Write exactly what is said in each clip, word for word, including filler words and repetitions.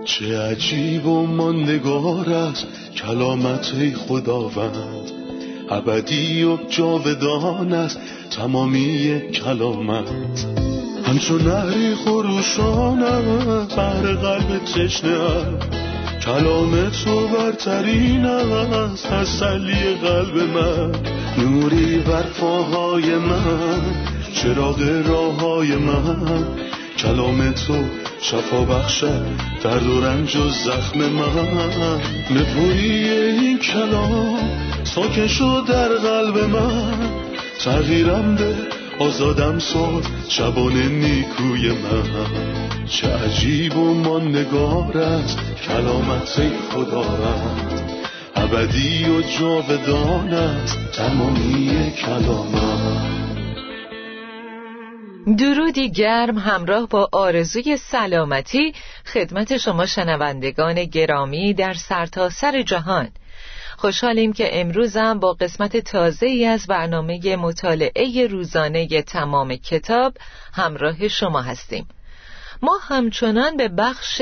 چه عجیب و ماندگار است کلامت ای خداوند، ابدی و جاودان است تمامی کلامت. همچون نهری خروشانم بر قلب تشنه‌ام، کلام تو برترین است تسلی قلب من. نوری بر پاهای من، چراغ راههای من، کلام تو شفا بخشد درد و رنج و زخم من. نپویی این کلام ساکن شد در قلب من، تغییرم ده آزادم ساز شبان نیکوی من. چه عجیب و ماندگار است کلامت ای خداوند، ابدی و جاودان است تمامی کلامت. درودی گرم همراه با آرزوی سلامتی خدمت شما شنوندگان گرامی در سرتاسر جهان. خوشحالیم که امروزم با قسمت تازه‌ای از برنامه مطالعه روزانه تمام کتاب همراه شما هستیم. ما همچنان به بخش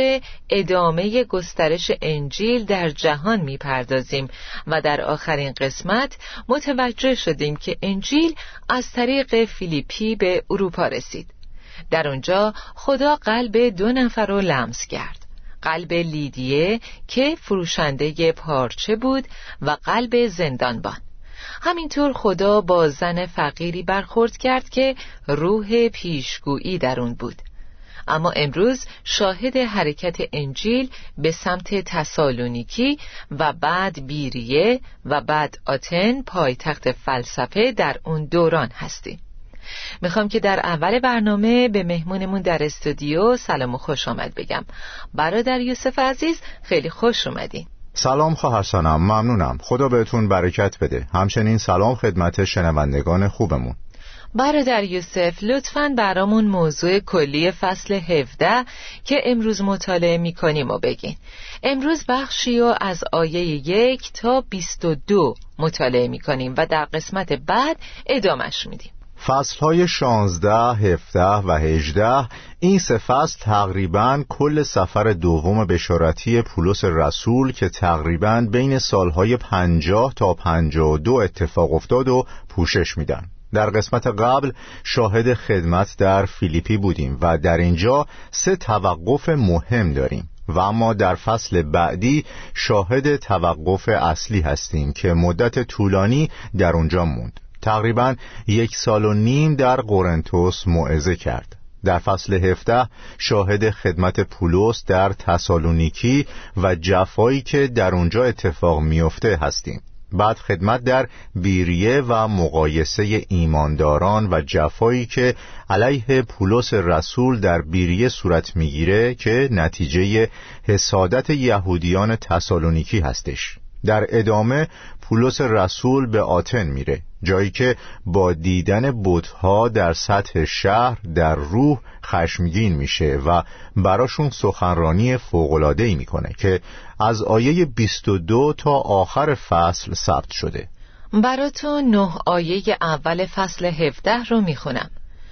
ادامه گسترش انجیل در جهان می‌پردازیم و در آخرین قسمت متوجه شدیم که انجیل از طریق فیلیپی به اروپا رسید. در اونجا خدا قلب دو نفر رو لمس کرد، قلب لیدیه که فروشنده پارچه بود و قلب زندانبان. همینطور خدا با زن فقیری برخورد کرد که روح پیشگویی در اون بود. اما امروز شاهد حرکت انجیل به سمت تسالونیکی و بعد بیریه و بعد آتن پایتخت فلسفه در اون دوران هستیم. میخوام که در اول برنامه به مهمونمون در استودیو سلام و خوش آمد بگم. برادر یوسف عزیز خیلی خوش اومدین. سلام خواهر سانم، ممنونم، خدا بهتون برکت بده. همچنین سلام خدمت شنوندگان خوبمون. برادر یوسف لطفاً برامون موضوع کلی فصل هفده که امروز مطالعه میکنیم و بگین. امروز بخشی رو از آیه یک تا بیست و دو مطالعه میکنیم و در قسمت بعد ادامش میدیم. فصلهای شانزده، هفده و هجده، این سه فصل تقریباً کل سفر دوم بشارتی پولس رسول که تقریباً بین سالهای پنجاه تا پنجاه و دو اتفاق افتاد و پوشش میدن. در قسمت قبل شاهد خدمت در فیلیپی بودیم و در اینجا سه توقف مهم داریم و اما در فصل بعدی شاهد توقف اصلی هستیم که مدت طولانی در اونجا موند. تقریباً یک سال و نیم در قرنتوس موعظه کرد. در فصل هفده شاهد خدمت پولس در تسالونیکی و جفایی که در اونجا اتفاق میفته هستیم. بعد خدمت در بیریه و مقایسه ایمانداران و جفایی که علیه پولس رسول در بیریه صورت میگیره که نتیجه حسادت یهودیان تسالونیکی هستش. در ادامه پولس رسول به آتن میره، جایی که با دیدن بت‌ها در سطح شهر در روح خشمگین میشه و براشون سخنرانی فوق‌العاده‌ای میکنه که از آیه بیست و دو تا آخر فصل ثبت شده. براتون نه آیه اول فصل هفده رو میخونم.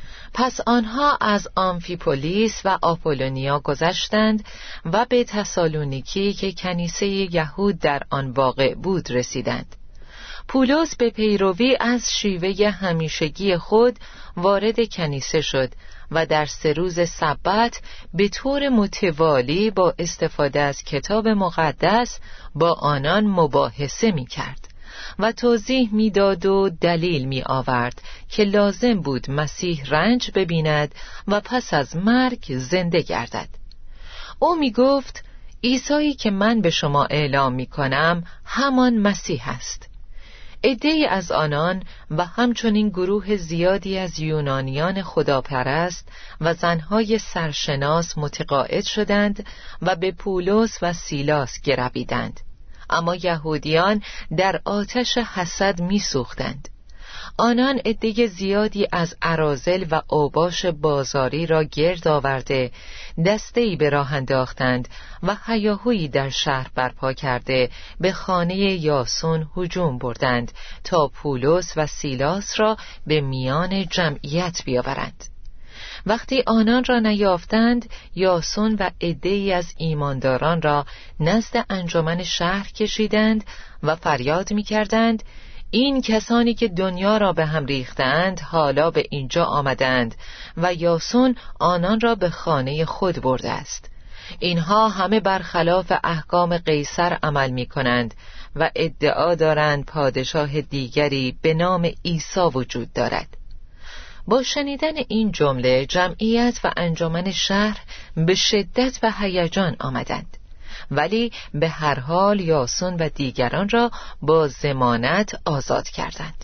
پس آنها از آمفیپولیس و آپولونیا گذشتند و به تسالونیکی که کنیسه یهود در آن واقع بود رسیدند. پولس به پیروی از شیوه همیشگی خود وارد کنیسه شد و در سه روز سبت به طور متوالی با استفاده از کتاب مقدس با آنان مباحثه می کرد و توضیح می داد و دلیل می آورد که لازم بود مسیح رنج ببیند و پس از مرگ زنده گردد. او می گفت عیسایی که من به شما اعلام می کنم همان مسیح است. عده‌ای از آنان و همچنین گروه زیادی از یونانیان خداپرست و زنهای سرشناس متقاعد شدند و به پولس و سیلاس گرویدند، اما یهودیان در آتش حسد می‌سوختند. آنان عده زیادی از اراذل و اوباش بازاری را گرد آورده دسته‌ای به راه انداختند و هیاهویی در شهر برپا کرده به خانه یاسون هجوم بردند تا پولس و سیلاس را به میان جمعیت بیاورند. وقتی آنان را نیافتند، یاسون و عده‌ای از ایمانداران را نزد انجمن شهر کشیدند و فریاد می‌کردند: این کسانی که دنیا را به هم ریختند حالا به اینجا آمدند و یاسون آنان را به خانه خود برده است. اینها همه برخلاف احکام قیصر عمل می کنند و ادعا دارند پادشاه دیگری به نام عیسی وجود دارد. با شنیدن این جمله جمعیت و انجمن شهر به شدت و هیجان آمدند، ولی به هر حال یاسون و دیگران را با ضمانت آزاد کردند.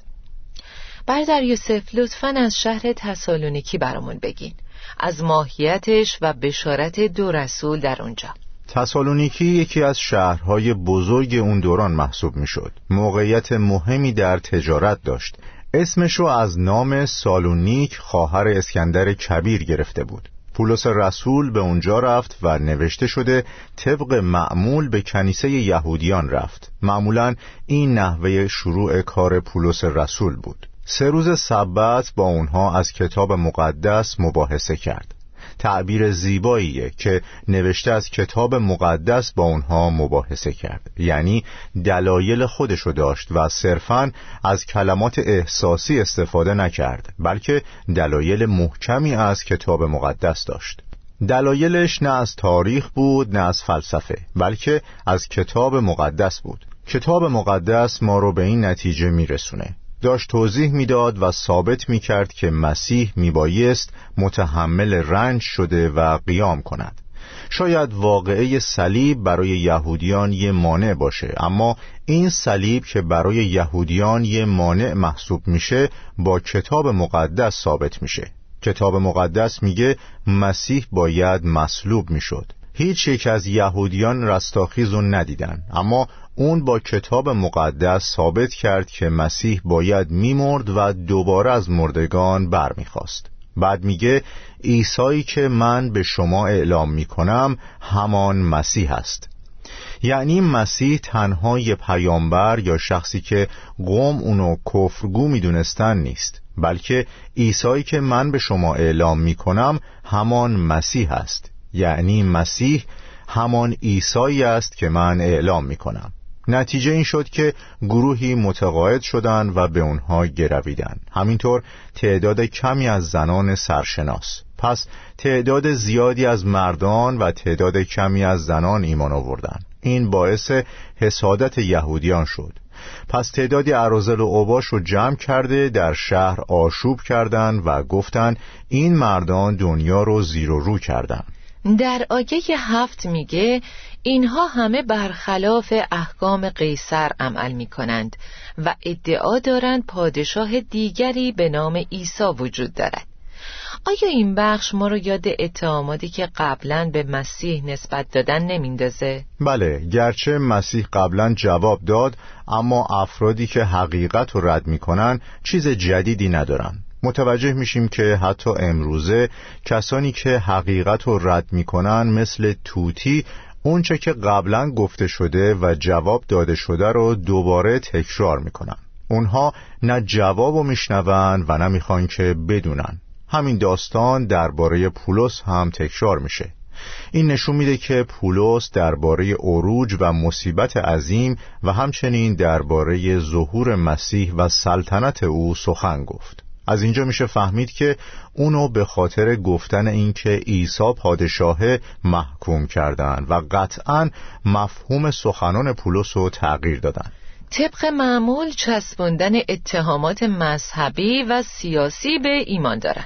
برادر یوسف، لطفاً از شهر تسالونیکی برامون بگین، از ماهیتش و بشارت دو رسول در اونجا. تسالونیکی یکی از شهرهای بزرگ اون دوران محسوب میشد. موقعیت مهمی در تجارت داشت. اسمشو از نام سالونیک خواهر اسکندر کبیر گرفته بود. پولس رسول به اونجا رفت و نوشته شده طبق معمول به کنیسه یهودیان رفت. معمولاً این نحوه شروع کار پولس رسول بود. سه روز سبت با اونها از کتاب مقدس مباحثه کرد. تعبیر زیباییه که نوشته از کتاب مقدس با اونها مباحثه کرد، یعنی دلایل خودشو داشت و صرفاً از کلمات احساسی استفاده نکرد، بلکه دلایل محکمی از کتاب مقدس داشت. دلایلش نه از تاریخ بود نه از فلسفه، بلکه از کتاب مقدس بود. کتاب مقدس ما رو به این نتیجه میرسونه. داشت توضیح میداد و ثابت میکرد که مسیح میبایست متحمل رنج شده و قیام کند. شاید واقعه صلیب برای یهودیان یه مانع باشه، اما این صلیب که برای یهودیان یه مانع محسوب میشه با کتاب مقدس ثابت میشه. کتاب مقدس میگه مسیح باید مصلوب میشد. هیچ یک از یهودیان رستاخیزون ندیدن، اما اون با کتاب مقدس ثابت کرد که مسیح باید میمرد و دوباره از مردگان برمیخواست. بعد میگه عیسایی که من به شما اعلام میکنم همان مسیح است. یعنی مسیح تنها یه پیامبر یا شخصی که قوم اونو کفرگو میدونستن نیست، بلکه عیسایی که من به شما اعلام میکنم همان مسیح است. یعنی مسیح همان عیسایی است که من اعلام میکنم. نتیجه این شد که گروهی متقاعد شدند و به اونها گرویدند. همینطور تعداد کمی از زنان سرشناس. پس تعداد زیادی از مردان و تعداد کمی از زنان ایمان آوردند. این باعث حسادت یهودیان شد. پس تعدادی اراذل و اوباش رو جمع کرده در شهر آشوب کردند و گفتند این مردان دنیا رو زیر و رو کردند. در آیه هفت میگه اینها همه برخلاف احکام قیصر عمل میکنند و ادعا دارند پادشاه دیگری به نام عیسی وجود دارد. آیا این بخش ما رو یاد اتهاماتی که قبلا به مسیح نسبت دادن نمیندازه؟ بله، گرچه مسیح قبلا جواب داد، اما افرادی که حقیقت رو رد میکنن چیز جدیدی ندارن. متوجه میشیم که حتی امروزه کسانی که حقیقت رو رد میکنن مثل توتی اونچه که قبلا گفته شده و جواب داده شده رو دوباره تکرار میکنن. اونها نه جواب رو میشنون و نه میخوان که بدونن. همین داستان درباره پولس هم تکرار میشه. این نشون میده که پولس درباره عروج و مصیبت عظیم و همچنین درباره ظهور مسیح و سلطنت او سخن گفت. از اینجا میشه فهمید که اونو به خاطر گفتن اینکه عیسی پادشاهه محکوم کردن و قطعاً مفهوم سخنان پولس رو تغییر دادن. طبق معمول چسبوندن اتهامات مذهبی و سیاسی به ایمان دارن.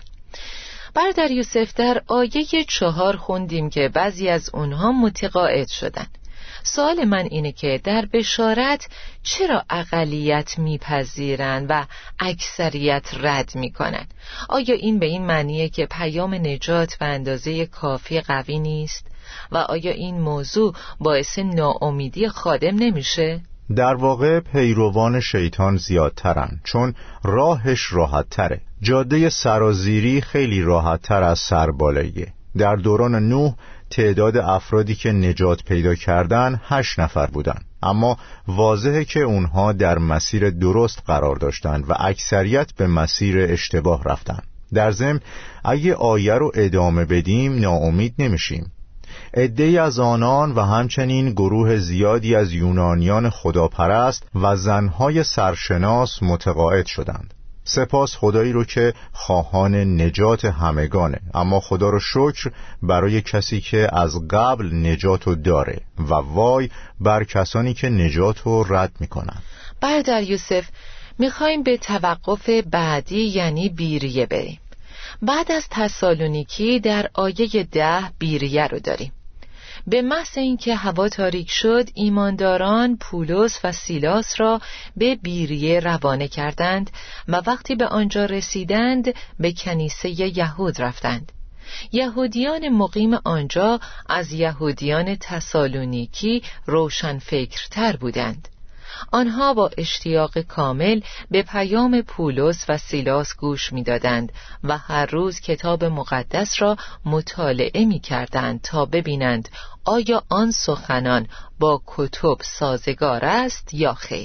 برادر یوسف، در آیه چهار خوندیم که بعضی از اونها متقاعد شدن. سوال من اینه که در بشارت چرا اقلیت میپذیرن و اکثریت رد میکنن؟ آیا این به این معنیه که پیام نجات و اندازه کافی قوی نیست؟ و آیا این موضوع باعث ناامیدی خادم نمیشه؟ در واقع پیروان شیطان زیادترن، چون راهش راحت تره. جاده سرازیری خیلی راحت تر از سربالاییه. در دوران نوح تعداد افرادی که نجات پیدا کردن هشت نفر بودن، اما واضحه که اونها در مسیر درست قرار داشتند و اکثریت به مسیر اشتباه رفتن. در ضمن اگه آیه رو ادامه بدیم ناامید نمیشیم. عده‌ای از آنان و همچنین گروه زیادی از یونانیان خداپرست و زنهای سرشناس متقاعد شدند. سپاس خدایی رو که خواهان نجات همگانه، اما خدا رو شکر برای کسی که از قبل نجات رو داره و وای بر کسانی که نجات رو رد میکنن. برادر یوسف، میخوایم به توقف بعدی یعنی بیریه بریم. بعد از تسالونیکی در آیه ده بیریه رو داریم. به محض اینکه هوا تاریک شد، ایمانداران پولس و سیلاس را به بیریه روانه کردند و وقتی به آنجا رسیدند به کنیسه یهود رفتند. یهودیان مقیم آنجا از یهودیان تسالونیکی روشنفکرتر بودند. آنها با اشتیاق کامل به پیام پولس و سیلاس گوش می‌دادند و هر روز کتاب مقدس را مطالعه می‌کردند تا ببینند آیا آن سخنان با کتب سازگار است یا خیر.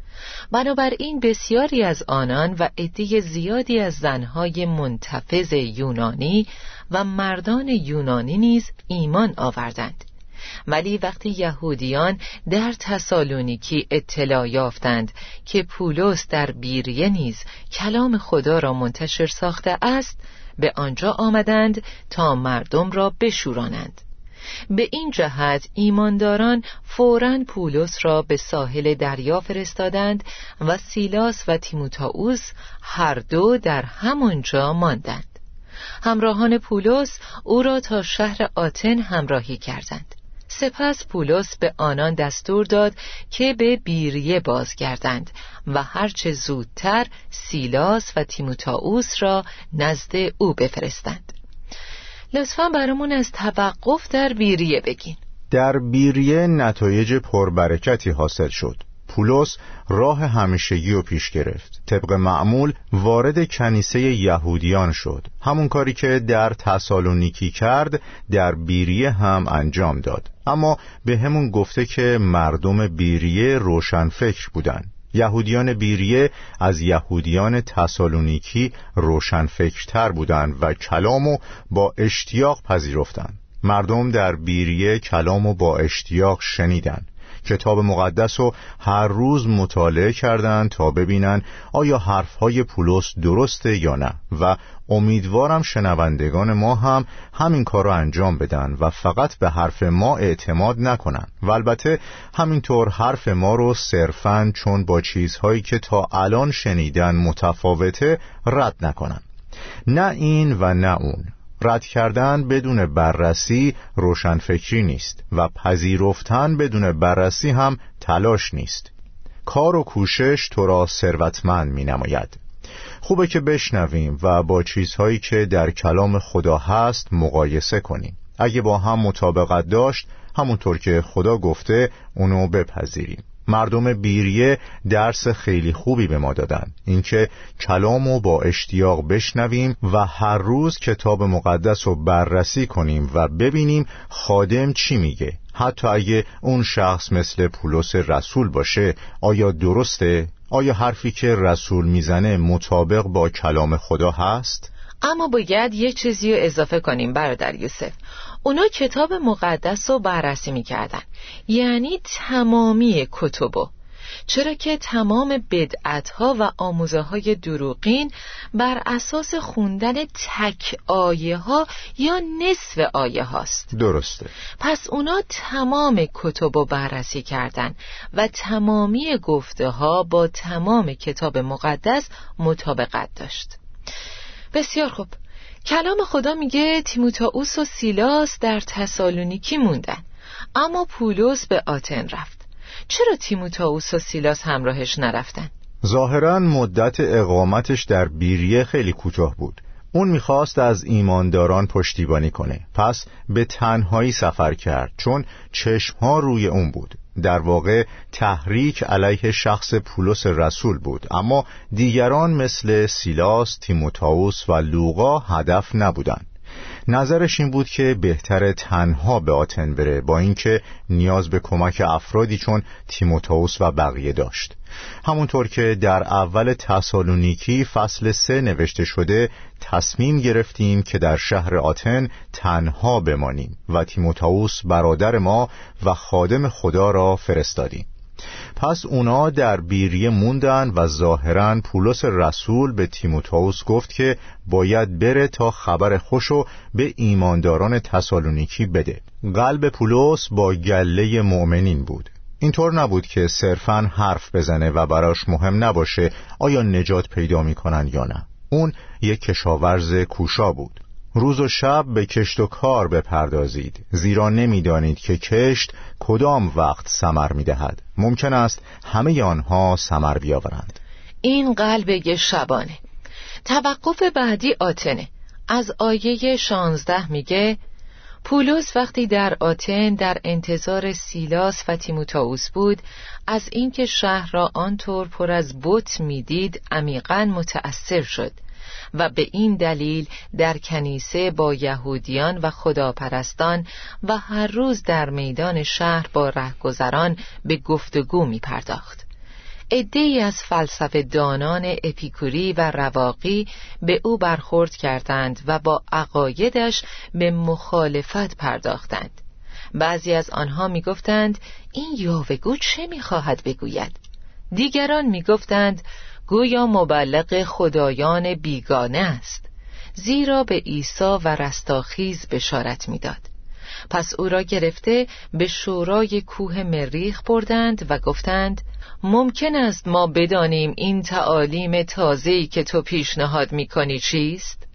بنابراین بسیاری از آنان و عده زیادی از زنهای منتفض یونانی و مردان یونانی نیز ایمان آوردند. ولی وقتی یهودیان در تسالونیکی اطلاع یافتند که پولس در بیریه نیز کلام خدا را منتشر ساخته است، به آنجا آمدند تا مردم را بشورانند. به این جهت ایمانداران فوراً پولس را به ساحل دریا فرستادند و سیلاس و تیموتائوس هر دو در همانجا ماندند. همراهان پولس او را تا شهر آتن همراهی کردند. سپس پولس به آنان دستور داد که به بیریه بازگردند و هرچه زودتر سیلاس و تیموتائوس را نزد او بفرستند. لطفاً برامون از توقف در بیریه بگین. در بیریه نتایج پربرکتی حاصل شد. پولس راه همیشگی رو پیش گرفت. طبق معمول وارد کنیسه یهودیان شد. همون کاری که در تسالونیکی کرد در بیریه هم انجام داد. اما به همون گفته که مردم بیریه روشنفکر بودن. یهودیان بیریه از یهودیان تسالونیکی روشنفکرتر بودند و کلامو با اشتیاق پذیرفتند. مردم در بیریه کلامو با اشتیاق شنیدند. کتاب مقدس رو هر روز مطالعه کردند تا ببینن آیا حرفهای پولس درسته یا نه و امیدوارم شنوندگان ما هم همین کار رو انجام بدن و فقط به حرف ما اعتماد نکنن و البته همینطور حرف ما رو صرفاً چون با چیزهایی که تا الان شنیدن متفاوته رد نکنن. نه این و نه اون. رد کردن بدون بررسی روشنفکری نیست و پذیرفتن بدون بررسی هم تلاش نیست. کار و کوشش تو را ثروتمند می نماید. خوبه که بشنویم و با چیزهایی که در کلام خدا هست مقایسه کنیم. اگه با هم مطابقت داشت همونطور که خدا گفته اونو بپذیریم. مردم بیریه درس خیلی خوبی به ما دادن، اینکه کلامو با اشتیاق بشنویم و هر روز کتاب مقدس رو بررسی کنیم و ببینیم خادم چی میگه. حتی اگه اون شخص مثل پولس رسول باشه، آیا درسته؟ آیا حرفی که رسول میزنه مطابق با کلام خدا هست؟ اما باید یه چیزی رو اضافه کنیم برادر یوسف. اونا کتاب مقدس رو بررسی میکردن، یعنی تمامی کتبو، چرا که تمام بدعت‌ها و آموزه‌های دروغین بر اساس خوندن تک آیه ها یا نصف آیه هاست. درسته. پس اونا تمام کتبو بررسی کردن و تمامی گفته ها با تمام کتاب مقدس مطابقت داشت. بسیار خوب. کلام خدا میگه تیموتائوس و سیلاس در تسالونیکی موندن، اما پولس به آتن رفت. چرا تیموتائوس و سیلاس همراهش نرفتن؟ ظاهراً مدت اقامتش در بیریه خیلی کوتاه بود. اون میخواست از ایمانداران پشتیبانی کنه، پس به تنهایی سفر کرد چون چشمها روی اون بود. در واقع تحریک علیه شخص پولس رسول بود، اما دیگران مثل سیلاس، تیموتائوس و لوقا هدف نبودند. نظرش این بود که بهتره تنها به آتن بره، با اینکه نیاز به کمک افرادی چون تیموتائوس و بقیه داشت. همونطور که در اول تسالونیکی فصل سه نوشته شده، تصمیم گرفتیم که در شهر آتن تنها بمانیم و تیموتائوس برادر ما و خادم خدا را فرستادیم. پس اونا در بیریه موندن و ظاهراً پولس رسول به تیموتائوس گفت که باید بره تا خبر خوشو به ایمانداران تسالونیکی بده. قلب پولس با گله مؤمنین بود. اینطور نبود که صرفاً حرف بزنه و براش مهم نباشه آیا نجات پیدا میکنن یا نه. اون یک کشاورز کوشا بود. روز و شب به کشت و کار بپردازید، زیرا نمیدانید که کشت کدام وقت ثمر میدهد. ممکن است همه آنها ثمر بیاورند. این قلب شبانه. توقف بعدی آتنه. از آیه شانزده میگه پولس وقتی در آتن در انتظار سیلاس و تیموتائوس بود، از اینکه شهر را آنطور پر از بت میدید عمیقاً متأثر شد و به این دلیل در کنیسه با یهودیان و خداپرستان و هر روز در میدان شهر با رهگذران به گفتگو می پرداخت. عده‌ای از فلسفه دانان اپیکوری و رواقی به او برخورد کردند و با عقایدش به مخالفت پرداختند. بعضی از آنها می گفتند این یاوه‌گو چه می خواهد بگوید؟ دیگران می گفتند گویا مبلغ خدایان بیگانه است، زیرا به عیسی و رستاخیز بشارت میداد. پس او را گرفته به شورای کوه مریخ بردند و گفتند ممکن است ما بدانیم این تعالیم تازه‌ای که تو پیشنهاد میکنی چیست؟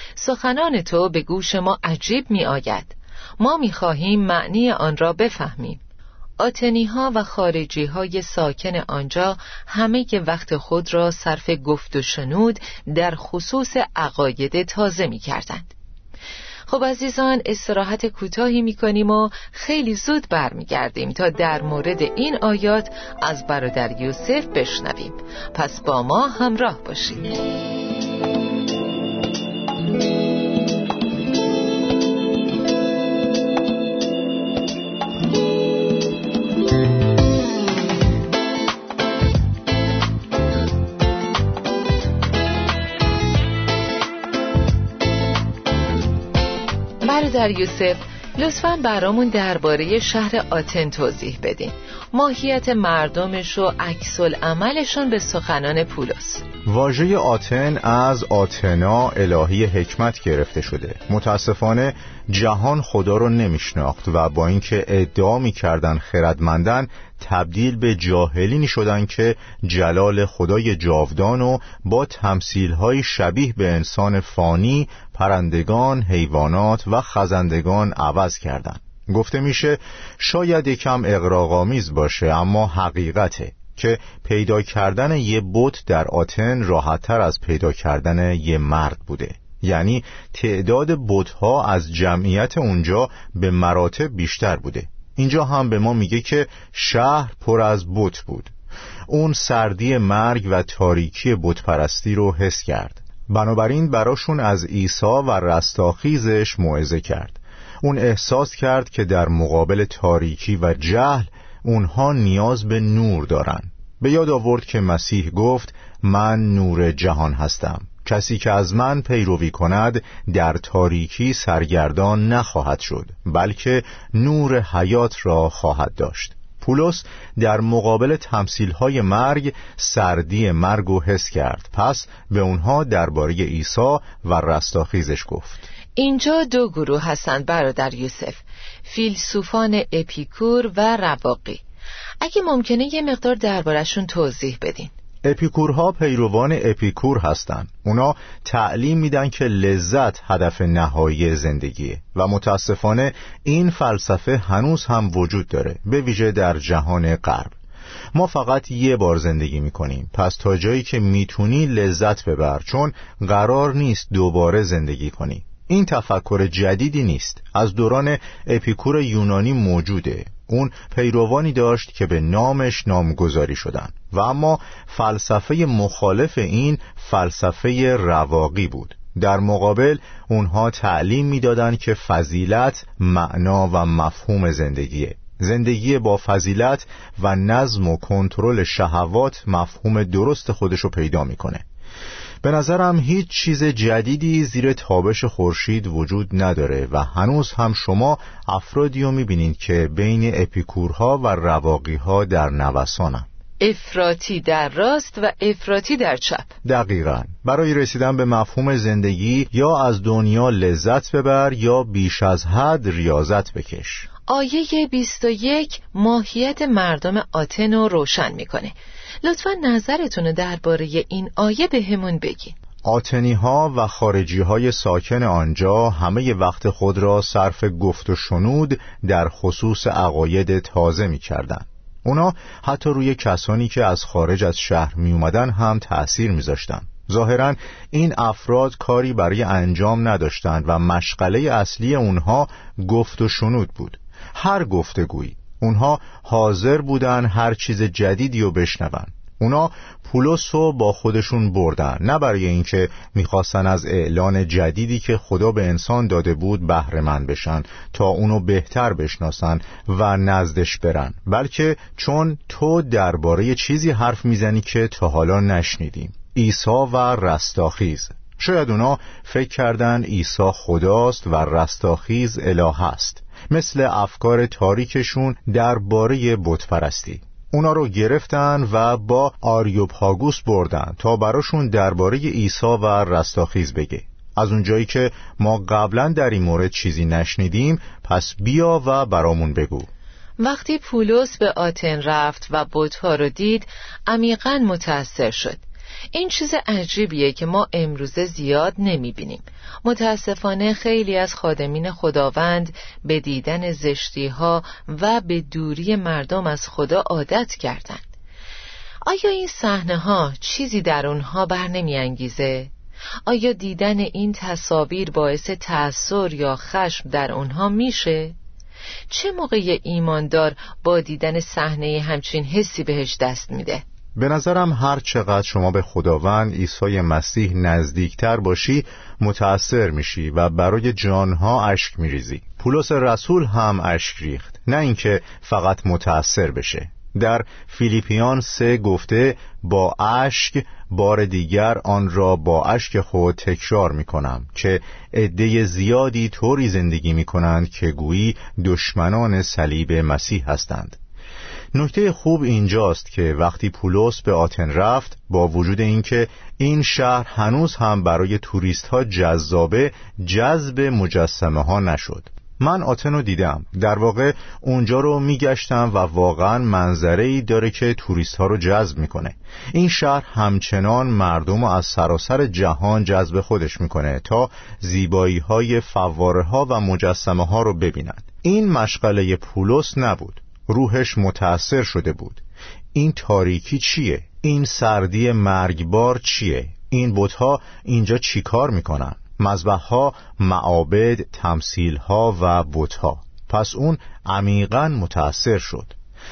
سخنان تو به گوش ما عجیب می آید. ما میخواهیم معنی آن را بفهمیم. آتنی ها و خارجی های ساکن آنجا همه که وقت خود را صرف گفت و شنود در خصوص عقاید تازه می کردند. خب عزیزان، استراحت کوتاهی می کنیم و خیلی زود برمی گردیم تا در مورد این آیات از برادر یوسف بشنویم. پس با ما همراه باشید. برادر یوسف، لطفاً برامون درباره شهر آتن توضیح بدین، ماهیت مردمش و عکس العملشون به سخنان پولس. واژه آتن از آتنا الهی حکمت گرفته شده. متاسفانه جهان خدا رو نمیشناخت و با اینکه ادعا میکردن خردمندن، تبدیل به جاهلینی شدن که جلال خدای جاودان و با تمثیل‌های شبیه به انسان فانی، پرندگان، حیوانات و خزندگان عوض کردند. گفته میشه شاید یکم اغراق‌آمیز باشه، اما حقیقته که پیدا کردن یه بت در آتن راحت‌تر از پیدا کردن یه مرد بوده. یعنی تعداد بت‌ها از جمعیت اونجا به مراتب بیشتر بوده. اینجا هم به ما میگه که شهر پر از بت بود. اون سردی مرگ و تاریکی بتپرستی رو حس کرد. بنابراین براشون از عیسی و رستاخیزش موعظه کرد. اون احساس کرد که در مقابل تاریکی و جهل اونها نیاز به نور دارن. به یاد آورد که مسیح گفت من نور جهان هستم. کسی که از من پیروی کند در تاریکی سرگردان نخواهد شد، بلکه نور حیات را خواهد داشت. پولس در مقابل تمثیل‌های مرگ سردی مرگ رو حس کرد. پس به اونها درباره عیسی و رستاخیزش گفت. اینجا دو گروه هستند برادر یوسف، فیلسوفان اپیکور و رواقی. اگه ممکنه یه مقدار دربارشون توضیح بدین. اپیکورها پیروان اپیکور هستند. اونا تعلیم میدن که لذت هدف نهایی زندگیه و متاسفانه این فلسفه هنوز هم وجود داره، به ویژه در جهان غرب. ما فقط یه بار زندگی میکنیم، پس تا جایی که میتونی لذت ببر، چون قرار نیست دوباره زندگی کنی. این تفکر جدیدی نیست، از دوران اپیکور یونانی موجوده. اون پیروانی داشت که به نامش نامگذاری شدن و اما فلسفه مخالف این فلسفه رواقی بود. در مقابل اونها تعلیم میدادند که فضیلت معنا و مفهوم زندگیه. زندگی با فضیلت و نظم و کنترل شهوات مفهوم درست خودشو پیدا میکنه. به نظرم هیچ چیز جدیدی زیر تابش خورشید وجود نداره و هنوز هم شما افرادی رو میبینید که بین اپیکورها و رواقیها در نوسانن. افراطی در راست و افراطی در چپ. دقیقاً. برای رسیدن به مفهوم زندگی یا از دنیا لذت ببر یا بیش از حد ریاضت بکش. آیه بیست و یک ماهیت مردم آتن رو روشن میکنه. لطفاً نظرتون رو درباره این آیه به همون بگین. آتنی ها و خارجی های ساکن آنجا همه وقت خود را صرف گفت و شنود در خصوص عقاید تازه می کردن. اونا حتی روی کسانی که از خارج از شهر می اومدن هم تأثیر می ذاشتن. ظاهراً این افراد کاری برای انجام نداشتند و مشغله اصلی اونها گفت و شنود بود. هر گفتگویی اونها حاضر بودن هر چیز جدیدی رو بشنون. اونا پولس رو با خودشون بردن، نه برای اینکه میخواستن از اعلان جدیدی که خدا به انسان داده بود بهره مند بشن تا اونو بهتر بشناسن و نزدش برن، بلکه چون تو درباره چیزی حرف میزنی که تا حالا نشنیدیم. عیسی و رستاخیز. شاید اونا فکر کردن عیسی خداست و رستاخیز اله است، مثل افکار تاریکشون درباره بت پرستی. اونا رو گرفتن و با آریوپاگوس بردن تا براشون درباره عیسی و رستاخیز بگه. از اونجایی که ما قبلا در این مورد چیزی نشنیدیم، پس بیا و برامون بگو. وقتی پولس به آتن رفت و بت‌ها رو دید، عمیقاً متأثر شد. این چیز عجیبیه که ما امروزه زیاد نمیبینیم. متاسفانه خیلی از خادمین خداوند به دیدن زشتی‌ها و به دوری مردم از خدا عادت کردند. آیا این صحنه‌ها چیزی در اونها بر نمی‌انگیزه؟ آیا دیدن این تصاویر باعث تأثیر یا خشم در اونها میشه؟ چه موقع ایماندار با دیدن صحنه همچین حسی بهش دست میده؟ به نظرم هر چقدر شما به خداوند عیسی مسیح نزدیکتر باشی متأثر میشی و برای جانها اشک میریزی. پولس رسول هم اشک ریخت، نه اینکه فقط متأثر بشه. در فیلیپیان سه گفته با اشک بار دیگر آن را با اشک خود تکرار میکنم که عده زیادی طوری زندگی میکنند که گویی دشمنان صلیب مسیح هستند. نکته خوب اینجاست که وقتی پولس به آتن رفت، با وجود اینکه این شهر هنوز هم برای توریست ها جذابه، جذب مجسمه ها نشد. من آتن رو دیدم، در واقع اونجا رو میگشتم و واقعا منظره‌ای داره که توریست ها رو جذب میکنه. این شهر همچنان مردم رو از سراسر جهان جذب خودش میکنه تا زیبایی های فواره ها و مجسمه ها رو ببینند. این مشغله پولس نبود، روحش متأثر شده بود. این تاریکی چیه؟ این سردی مرگبار چیه؟ این بت‌ها اینجا چی کار میکنن؟ مذبح‌ها، معابد، تمثیل‌ها و بت‌ها. پس اون عمیقاً متأثر شد.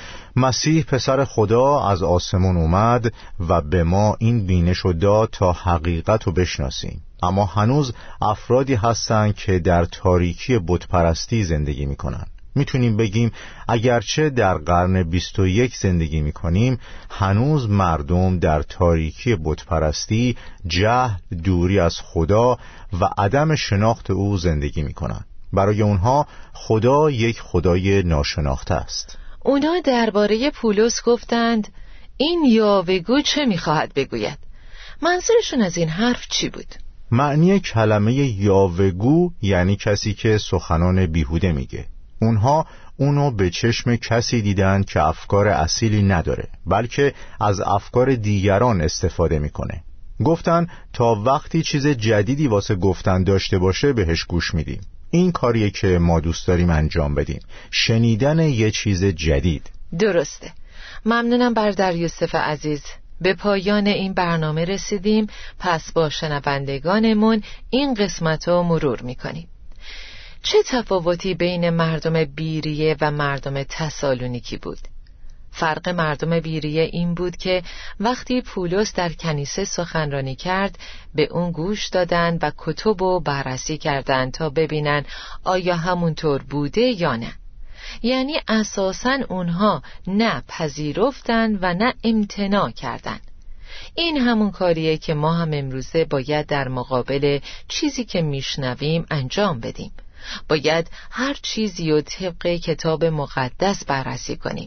مسیح پسر خدا از آسمون اومد و به ما این بینش رو داد تا حقیقت رو بشناسیم. اما هنوز افرادی هستن که در تاریکی بت‌پرستی زندگی میکنن. میتونیم بگیم اگرچه در قرن بیست و یک زندگی میکنیم، هنوز مردم در تاریکی بتپرستی، جهل، دوری از خدا و عدم شناخت او زندگی میکنن. برای اونها خدا یک خدای ناشناخته است. اونا درباره پولس گفتند این یاوه‌گو چه میخواهد بگوید؟ منظورشون از این حرف چی بود؟ معنی کلمه یاوه‌گو یعنی کسی که سخنان بیهوده میگه. اونها اونو به چشم کسی دیدن که افکار اصیلی نداره، بلکه از افکار دیگران استفاده میکنه. گفتن تا وقتی چیز جدیدی واسه گفتن داشته باشه بهش گوش میدیم. این کاریه که ما دوست داریم انجام بدیم، شنیدن یه چیز جدید. درسته. ممنونم برادر یوسف عزیز. به پایان این برنامه رسیدیم، پس با شنوندگانمون این قسمت رو مرور میکنیم. چه تفاوتی بین مردم بیریه و مردم تسالونیکی بود؟ فرق مردم بیریه این بود که وقتی پولس در کنیسه سخنرانی کرد به اون گوش دادن و کتب رو بررسی کردند تا ببینن آیا همونطور بوده یا نه. یعنی اساساً اونها نه پذیرفتن و نه امتناع کردن. این همون کاریه که ما هم امروزه باید در مقابل چیزی که میشنویم انجام بدیم. باید هر چیزی رو طبق کتاب مقدس بررسی کنیم.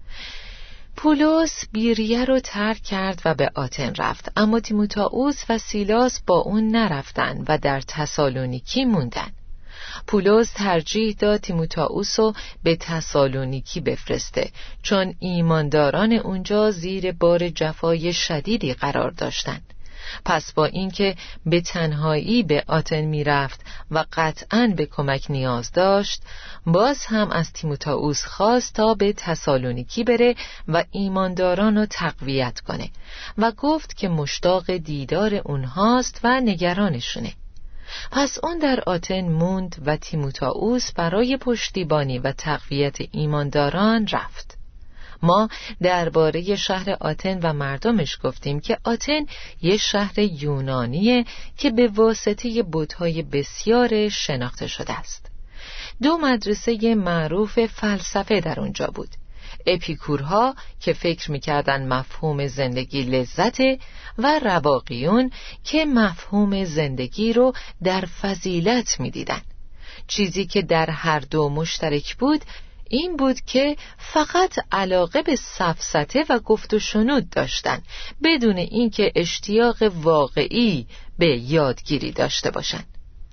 پولس بیریه رو ترک کرد و به آتن رفت، اما تیموتائوس و سیلاس با اون نرفتن و در تسالونیکی موندن. پولس ترجیح داد تیموتائوس رو به تسالونیکی بفرسته، چون ایمانداران اونجا زیر بار جفای شدیدی قرار داشتند. پس با اینکه به تنهایی به آتن می رفت و قطعاً به کمک نیاز داشت، باز هم از تیموتائوس خواست تا به تسالونیکی بره و ایمانداران رو تقویت کنه و گفت که مشتاق دیدار اونهاست و نگرانشونه. پس اون در آتن موند و تیموتائوس برای پشتیبانی و تقویت ایمانداران رفت. ما درباره شهر آتن و مردمش گفتیم که آتن یه شهر یونانیه که به واسطه بت‌های بسیار شناخته شده است. دو مدرسه معروف فلسفه در اونجا بود. اپیکورها که فکر می‌کردن مفهوم زندگی لذته و رواقیون که مفهوم زندگی رو در فضیلت می‌دیدن. چیزی که در هر دو مشترک بود این بود که فقط علاقه به سفسطه و گفت و شنود داشتن، بدون اینکه اشتیاق واقعی به یادگیری داشته باشن.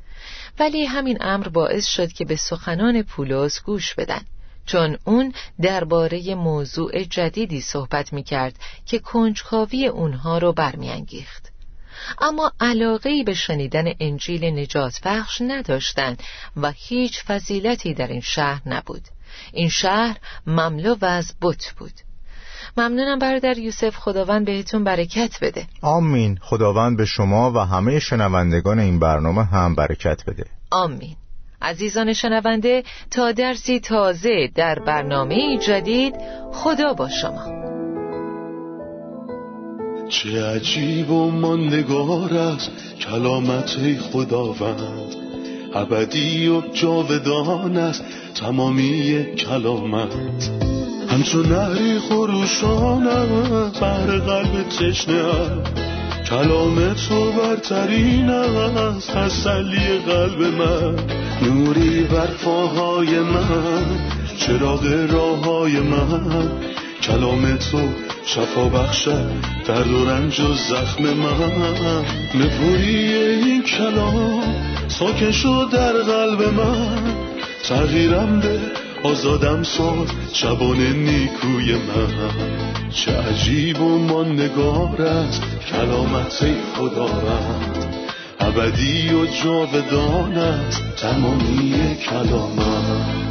ولی همین امر باعث شد که به سخنان پولس گوش بدن، چون اون درباره موضوع جدیدی صحبت می‌کرد که کنجکاوی اونها رو برمی‌انگیخت. اما علاقه‌ای به شنیدن انجیل نجات بخش نداشتند و هیچ فضیلتی در این شهر نبود. این شهر مملو از بت بود. ممنونم برادر یوسف، خداوند بهتون برکت بده. آمین. خداوند به شما و همه شنوندگان این برنامه هم برکت بده. آمین. عزیزان شنونده، تا درسی تازه در برنامه جدید، خدا با شما. چه عجیب و ماندگار است کلامت خداوند، ابدی و جاودان است تمامی کلامت. همچون نهری خروشان است بر قلب تشنه است، کلام تو برترین است تسلی قلب من. نوری بر پاهای من، چراغ راههای من، کلام تو شفا بخشد درد و رنج و زخم من. نپویی این کلام ساکن شد در قلب من، تغییرم ده آزادم ساز شبان نیکوی من. چه عجیب و ماندگار است کلامت خداوند، ابدی و جاودان است تمامی کلامت.